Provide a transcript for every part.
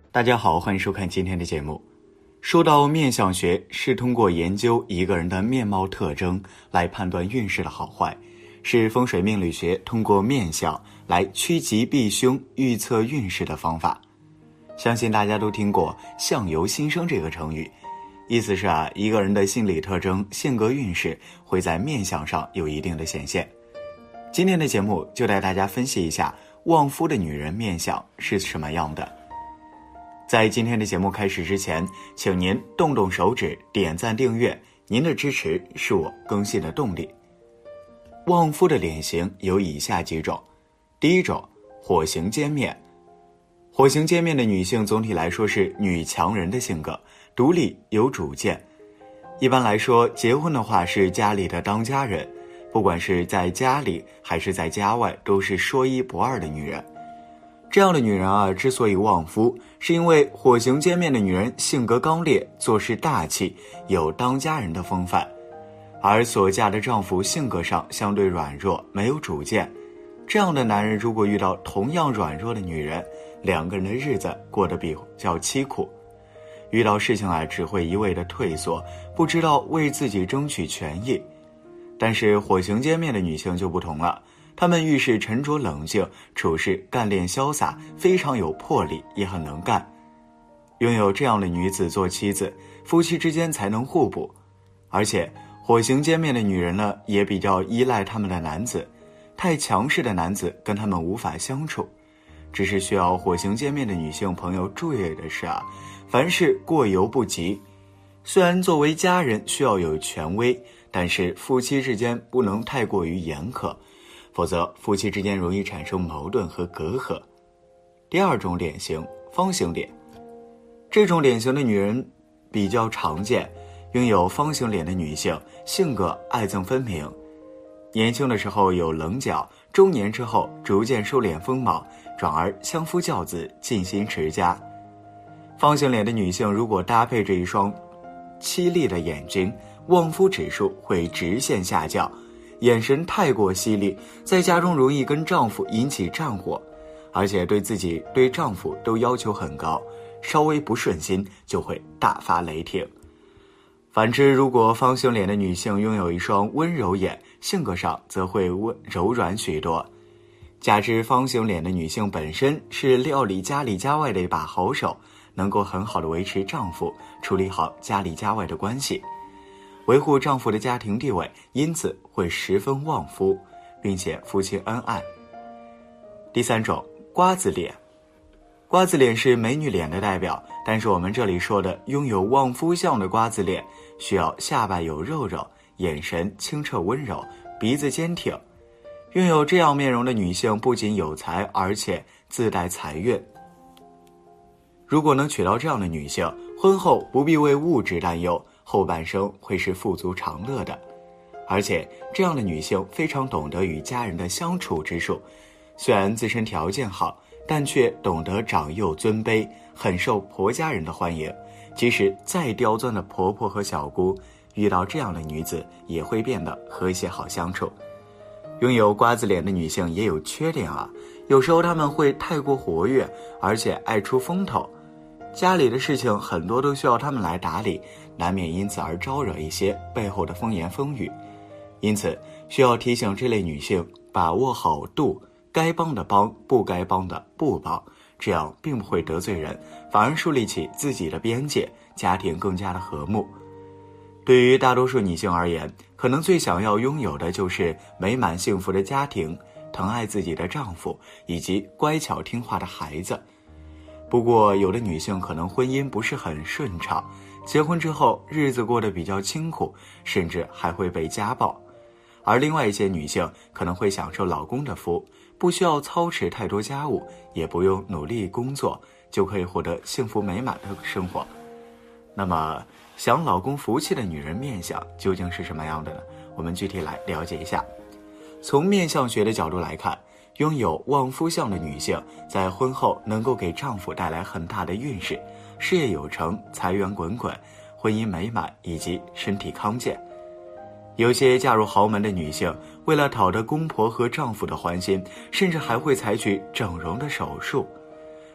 大家好，欢迎收看今天的节目。说到面相学，是通过研究一个人的面貌特征来判断运势的好坏，是风水命理学通过面相来趋吉避凶、预测运势的方法。相信大家都听过相由心生这个成语，意思是一个人的心理特征、性格运势会在面相上有一定的显现。今天的节目就带大家分析一下旺夫的女人面相是什么样的。在今天的节目开始之前，请您动动手指点赞订阅，您的支持是我更新的动力。旺夫的脸型有以下几种。第一种，火星尖面。火星尖面的女性总体来说是女强人的性格，独立有主见。一般来说，结婚的话是家里的当家人，不管是在家里还是在家外，都是说一不二的女人。这样的女人之所以旺夫，是因为火星尖面的女人性格刚烈，做事大气，有当家人的风范，而所嫁的丈夫性格上相对软弱，没有主见。这样的男人如果遇到同样软弱的女人，两个人的日子过得比较凄苦，遇到事情只会一味的退缩，不知道为自己争取权益。但是火星尖面的女性就不同了，她们遇事沉着冷静，处事干练潇洒，非常有魄力，也很能干。拥有这样的女子做妻子，夫妻之间才能互补。而且火星尖面的女人呢，也比较依赖他们的男子，太强势的男子跟他们无法相处。只是需要火星尖面的女性朋友注意的是凡事过犹不及。虽然作为家人需要有权威，但是夫妻之间不能太过于严苛，否则夫妻之间容易产生矛盾和隔阂。第二种脸型，方形脸。这种脸型的女人比较常见，拥有方形脸的女性性格爱憎分明，年轻的时候有棱角，中年之后逐渐收敛锋芒，转而相夫教子，尽心持家。方形脸的女性如果搭配着一双凄厉的眼睛，旺夫指数会直线下降，眼神太过犀利，在家中容易跟丈夫引起战火，而且对自己对丈夫都要求很高，稍微不顺心就会大发雷霆。反之，如果方形脸的女性拥有一双温柔眼，性格上则会柔软许多。加之方形脸的女性本身是料理家里家外的一把好手，能够很好的维持丈夫，处理好家里家外的关系，维护丈夫的家庭地位，因此会十分旺夫，并且夫妻恩爱。第三种，瓜子脸。瓜子脸是美女脸的代表，但是我们这里说的拥有旺夫相的瓜子脸，需要下巴有肉肉，眼神清澈温柔，鼻子坚挺。拥有这样面容的女性不仅有才，而且自带财运。如果能娶到这样的女性，婚后不必为物质担忧，后半生会是富足长乐的。而且这样的女性非常懂得与家人的相处之术，虽然自身条件好，但却懂得长幼尊卑，很受婆家人的欢迎。即使再刁钻的婆婆和小姑，遇到这样的女子也会变得和谐好相处。拥有瓜子脸的女性也有缺点有时候她们会太过活跃，而且爱出风头，家里的事情很多都需要她们来打理，难免因此而招惹一些背后的风言风语。因此需要提醒这类女性把握好度，该帮的帮，不该帮的不帮，这样并不会得罪人，反而树立起自己的边界，家庭更加的和睦。对于大多数女性而言，可能最想要拥有的就是美满幸福的家庭，疼爱自己的丈夫，以及乖巧听话的孩子。不过有的女性可能婚姻不是很顺畅，结婚之后日子过得比较清苦，甚至还会被家暴。而另外一些女性可能会享受老公的福，不需要操持太多家务，也不用努力工作，就可以获得幸福美满的生活。那么享老公福气的女人面相究竟是什么样的呢？我们具体来了解一下。从面相学的角度来看，拥有旺夫相的女性在婚后能够给丈夫带来很大的运势，事业有成，财源滚滚，婚姻美满以及身体康健。有些嫁入豪门的女性，为了讨得公婆和丈夫的欢心，甚至还会采取整容的手术。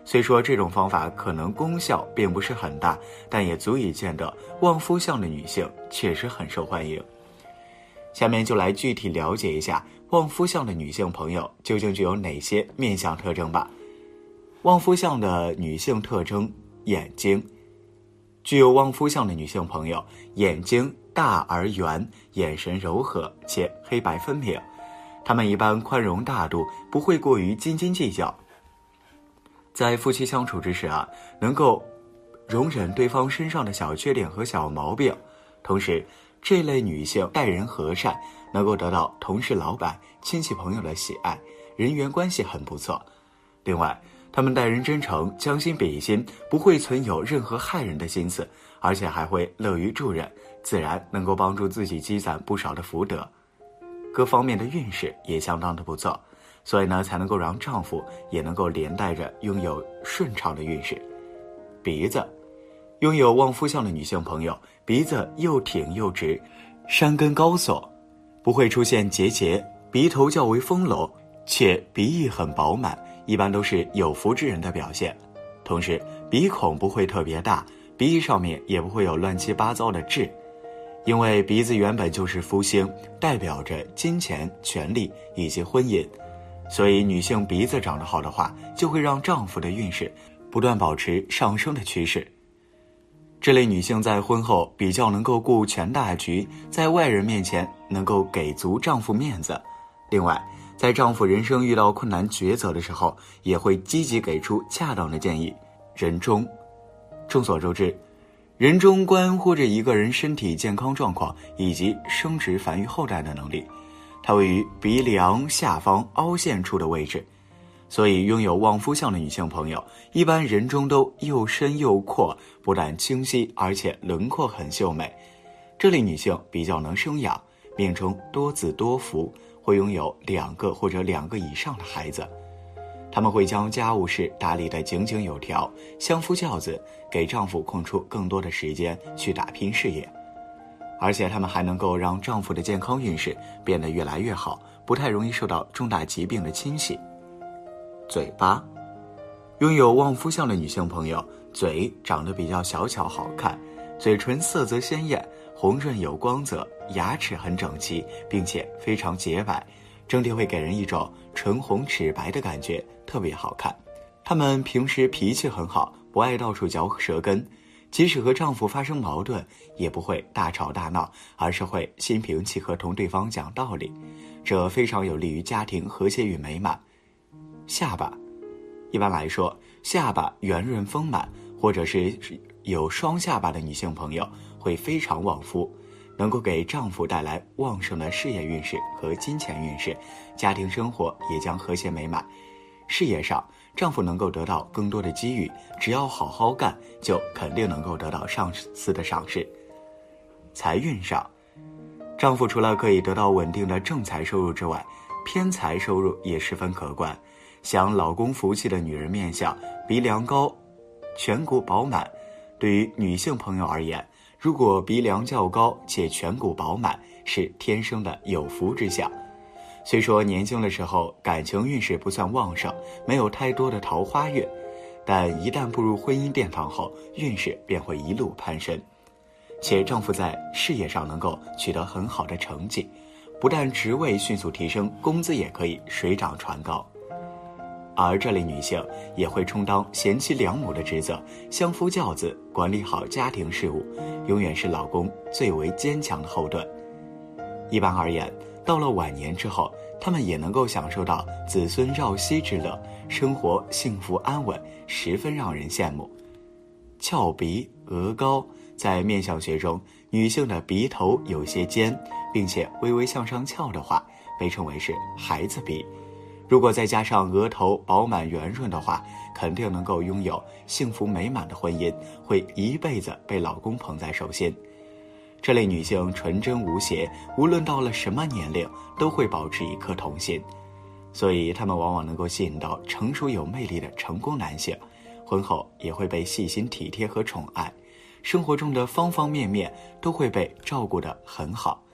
虽说这种方法可能功效并不是很大，但也足以见得旺夫相的女性确实很受欢迎。下面就来具体了解一下旺夫相的女性朋友究竟具有哪些面相特征吧。旺夫相的女性特征：眼睛。具有旺夫相的女性朋友，眼睛大而圆，眼神柔和且黑白分明。她们一般宽容大度，不会过于斤斤计较。在夫妻相处之时能够容忍对方身上的小缺点和小毛病。同时，这类女性待人和善，能够得到同事、老板、亲戚朋友的喜爱，人缘关系很不错。另外，她们待人真诚，将心比心，不会存有任何害人的心思，而且还会乐于助人，自然能够帮助自己积攒不少的福德。各方面的运势也相当的不错，所以呢，才能够让丈夫也能够连带着拥有顺畅的运势。鼻子，拥有旺夫相的女性朋友，鼻子又挺又直，山根高耸，不会出现结节，鼻头较为丰隆，且鼻翼很饱满，一般都是有福之人的表现。同时，鼻孔不会特别大，鼻翼上面也不会有乱七八糟的痣。因为鼻子原本就是夫星，代表着金钱、权力以及婚姻，所以女性鼻子长得好的话，就会让丈夫的运势不断保持上升的趋势。这类女性在婚后比较能够顾全大局，在外人面前能够给足丈夫面子。另外，在丈夫人生遇到困难抉择的时候，也会积极给出恰当的建议。人中，众所周知，人中关乎着一个人身体健康状况以及生殖繁育后代的能力，它位于鼻梁下方凹陷处的位置，所以拥有旺夫相的女性朋友，一般人中都又深又阔，不但清晰，而且轮廓很秀美。这类女性比较能生养，命中多子多福，会拥有2个或者2个以上的孩子。他们会将家务事打理得井井有条，相夫教子，给丈夫空出更多的时间去打拼事业。而且他们还能够让丈夫的健康运势变得越来越好，不太容易受到重大疾病的侵袭。嘴巴，拥有旺夫相的女性朋友，嘴长得比较小巧好看，嘴唇色泽鲜艳，红润有光泽，牙齿很整齐，并且非常洁白，整体会给人一种唇红齿白的感觉，特别好看。她们平时脾气很好，不爱到处嚼舌根，即使和丈夫发生矛盾，也不会大吵大闹，而是会心平气和同对方讲道理，这非常有利于家庭和谐与美满。下巴，一般来说，下巴圆润丰满，或者是有双下巴的女性朋友会非常旺夫，能够给丈夫带来旺盛的事业运势和金钱运势，家庭生活也将和谐美满。事业上，丈夫能够得到更多的机遇，只要好好干，就肯定能够得到上司的赏识。财运上，丈夫除了可以得到稳定的正财收入之外，偏财收入也十分可观。享老公福气的女人面相，鼻梁高，颧骨饱满。对于女性朋友而言，如果鼻梁较高且颧骨饱满，是天生的有福之相。虽说年轻的时候感情运势不算旺盛，没有太多的桃花运，但一旦步入婚姻殿堂后，运势便会一路攀升。且丈夫在事业上能够取得很好的成绩，不但职位迅速提升，工资也可以水涨船高。而这类女性也会充当贤妻良母的职责，相夫教子，管理好家庭事务，永远是老公最为坚强的后盾。一般而言，到了晚年之后，她们也能够享受到子孙绕膝之乐，生活幸福安稳，十分让人羡慕。翘鼻额高，在面相学中，女性的鼻头有些尖，并且微微向上翘的话，被称为是孩子鼻。如果再加上额头饱满圆润的话，肯定能够拥有幸福美满的婚姻，会一辈子被老公捧在手心。这类女性纯真无邪，无论到了什么年龄，都会保持一颗童心，所以她们往往能够吸引到成熟有魅力的成功男性，婚后也会被细心体贴和宠爱，生活中的方方面面都会被照顾得很好。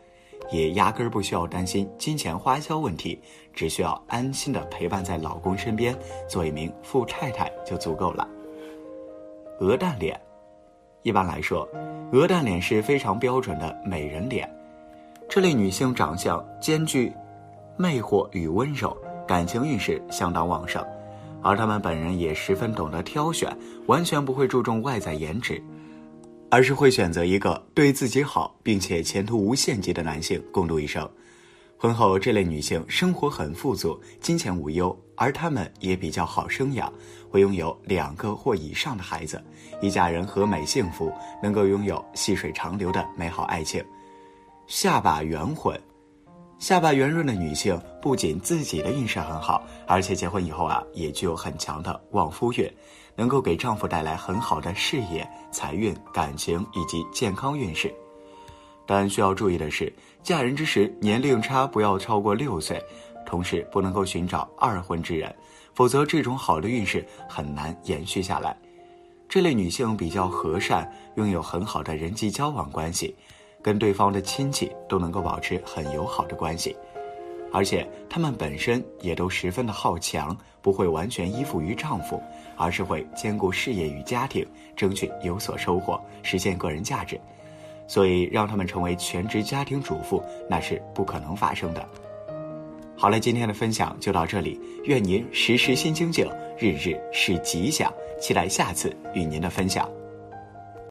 也压根儿不需要担心金钱花销问题，只需要安心的陪伴在老公身边，做一名富太太就足够了。鹅蛋脸，一般来说，鹅蛋脸是非常标准的美人脸。这类女性长相兼具魅惑与温柔，感情运势相当旺盛，而她们本人也十分懂得挑选，完全不会注重外在颜值，而是会选择一个对自己好并且前途无限级的男性共度一生。婚后这类女性生活很富足，金钱无忧，而她们也比较好生养，会拥有2个或以上的孩子，一家人和美幸福，能够拥有细水长流的美好爱情。下巴圆浑，下巴圆润的女性不仅自己的运势很好，而且结婚以后也具有很强的旺夫运，能够给丈夫带来很好的事业、财运、感情以及健康运势。但需要注意的是，嫁人之时年龄差不要超过6岁，同时不能够寻找二婚之人，否则这种好的运势很难延续下来。这类女性比较和善，拥有很好的人际交往关系，跟对方的亲戚都能够保持很友好的关系，而且她们本身也都十分的好强，不会完全依附于丈夫，而是会兼顾事业与家庭，争取有所收获，实现个人价值。所以让她们成为全职家庭主妇，那是不可能发生的。好了，今天的分享就到这里，愿您时时心清静，日日是吉祥，期待下次与您的分享。